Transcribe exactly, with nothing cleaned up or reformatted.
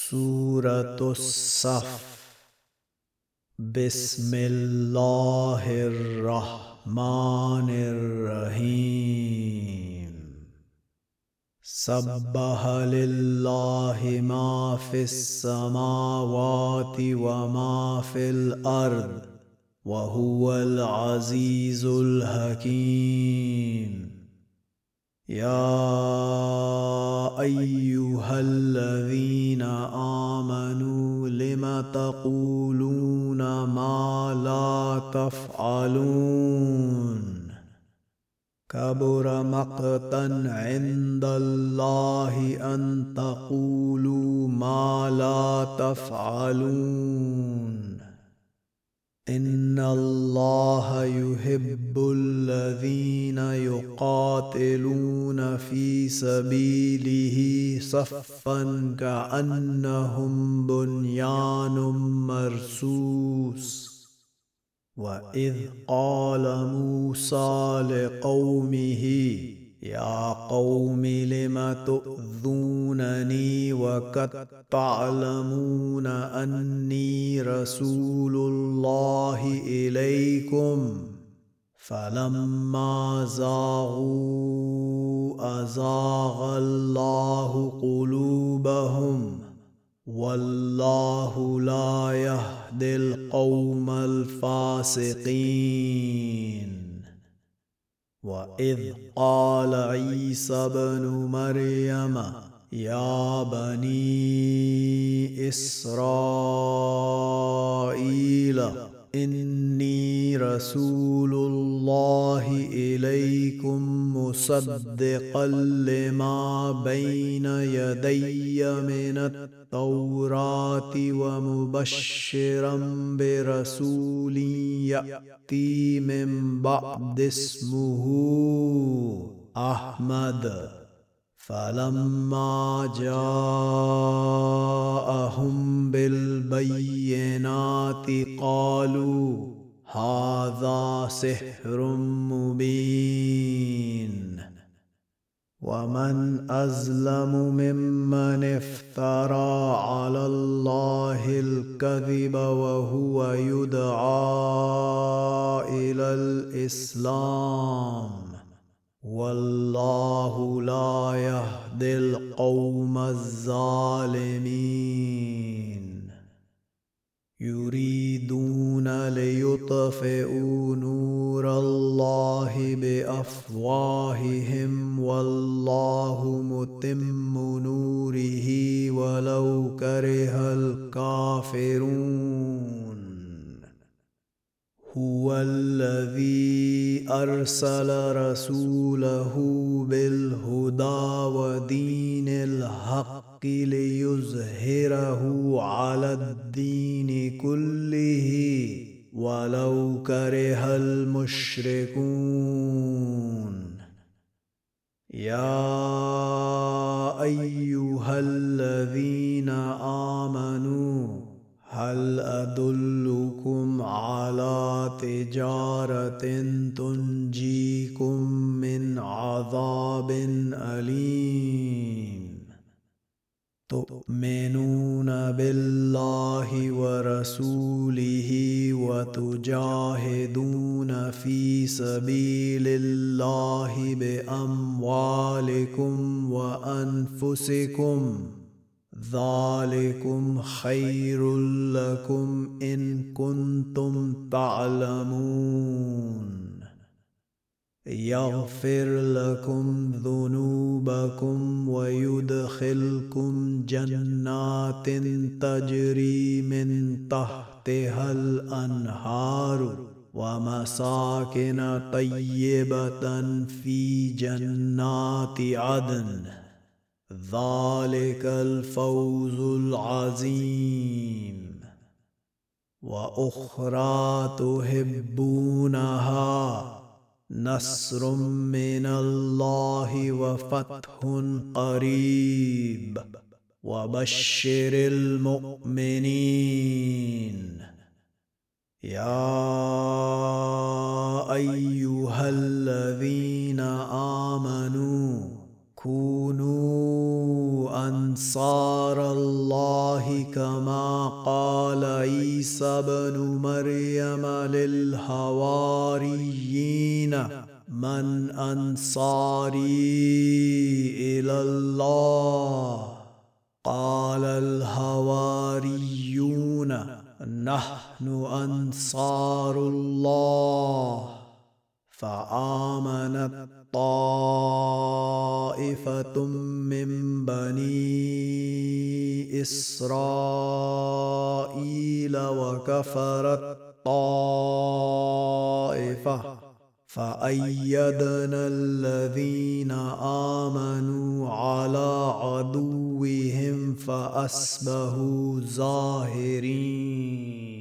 سورة الصف. بسم الله الرحمن الرحيم. سبح لله ما في السماوات وما في الأرض وهو العزيز الحكيم. يا أيها الذين آمنوا لم تقولون ما لا تفعلون؟ كبر مقتا عند الله أن تقولوا ما لا تفعلون. إن الله يحب الذين يقاتلون في سبيله صفا كأنهم بنيان مرصوص. وإذ قال موسى لقومه يا قوم لم تؤذونني وقد تعلمون أني رسول الله إليكم؟ فلما زاغوا أزاغ الله قلوبهم والله لا يهدي القوم الفاسقين. وإذ قال عيسى ابن مريم يا بني إسرائيل إني رسول الله إليكم مصدقا لما بين يدي من التوراة ومبشرا برسول يأتي من بعد اسمه أحمد. فلما جاءهم بالبينات قالوا هذا سحر مبين. ومن أظلم ممن افترى على الله الكذب وهو يدعى إلى الإسلام والله لا يهدي القوم الظالمين. يريدون ليطفئوا نور الله بأفواههم والله متم نوره ولو كره الكافرون. هو الذي أرسل رسوله بالهدى ودين الحق ليظهره على الدين كله ولو كره المشركون. يا أيها الذين آمنوا هل أدلكم على تجارة تنجيكم من عذاب أليم؟ تؤمنون بالله ورسوله وتجاهدون في سبيل الله بأموالكم وأنفسكم ذلكم خير لكم إن كنتم تعلمون. يغفر لكم ذنوبكم ويدخلكم جنات تجري من تحتها الأنهار ومساكن طيبة في جنات عدن ذلك الفوز العظيم. وأخرى تحبونها نصر من الله وفتح قريب وبشر المؤمنين. يا أيها الذين آمنوا كونوا أنصار الله كما قال عيسى بن مريم للحواريين من أنصاري إلى الله قال الحواريون نحن أنصار الله فآمنت طائفة من بني إسرائيل وكفرت طائفة فأيدنا الذين آمنوا على عدوهم فأصبحوا ظاهرين.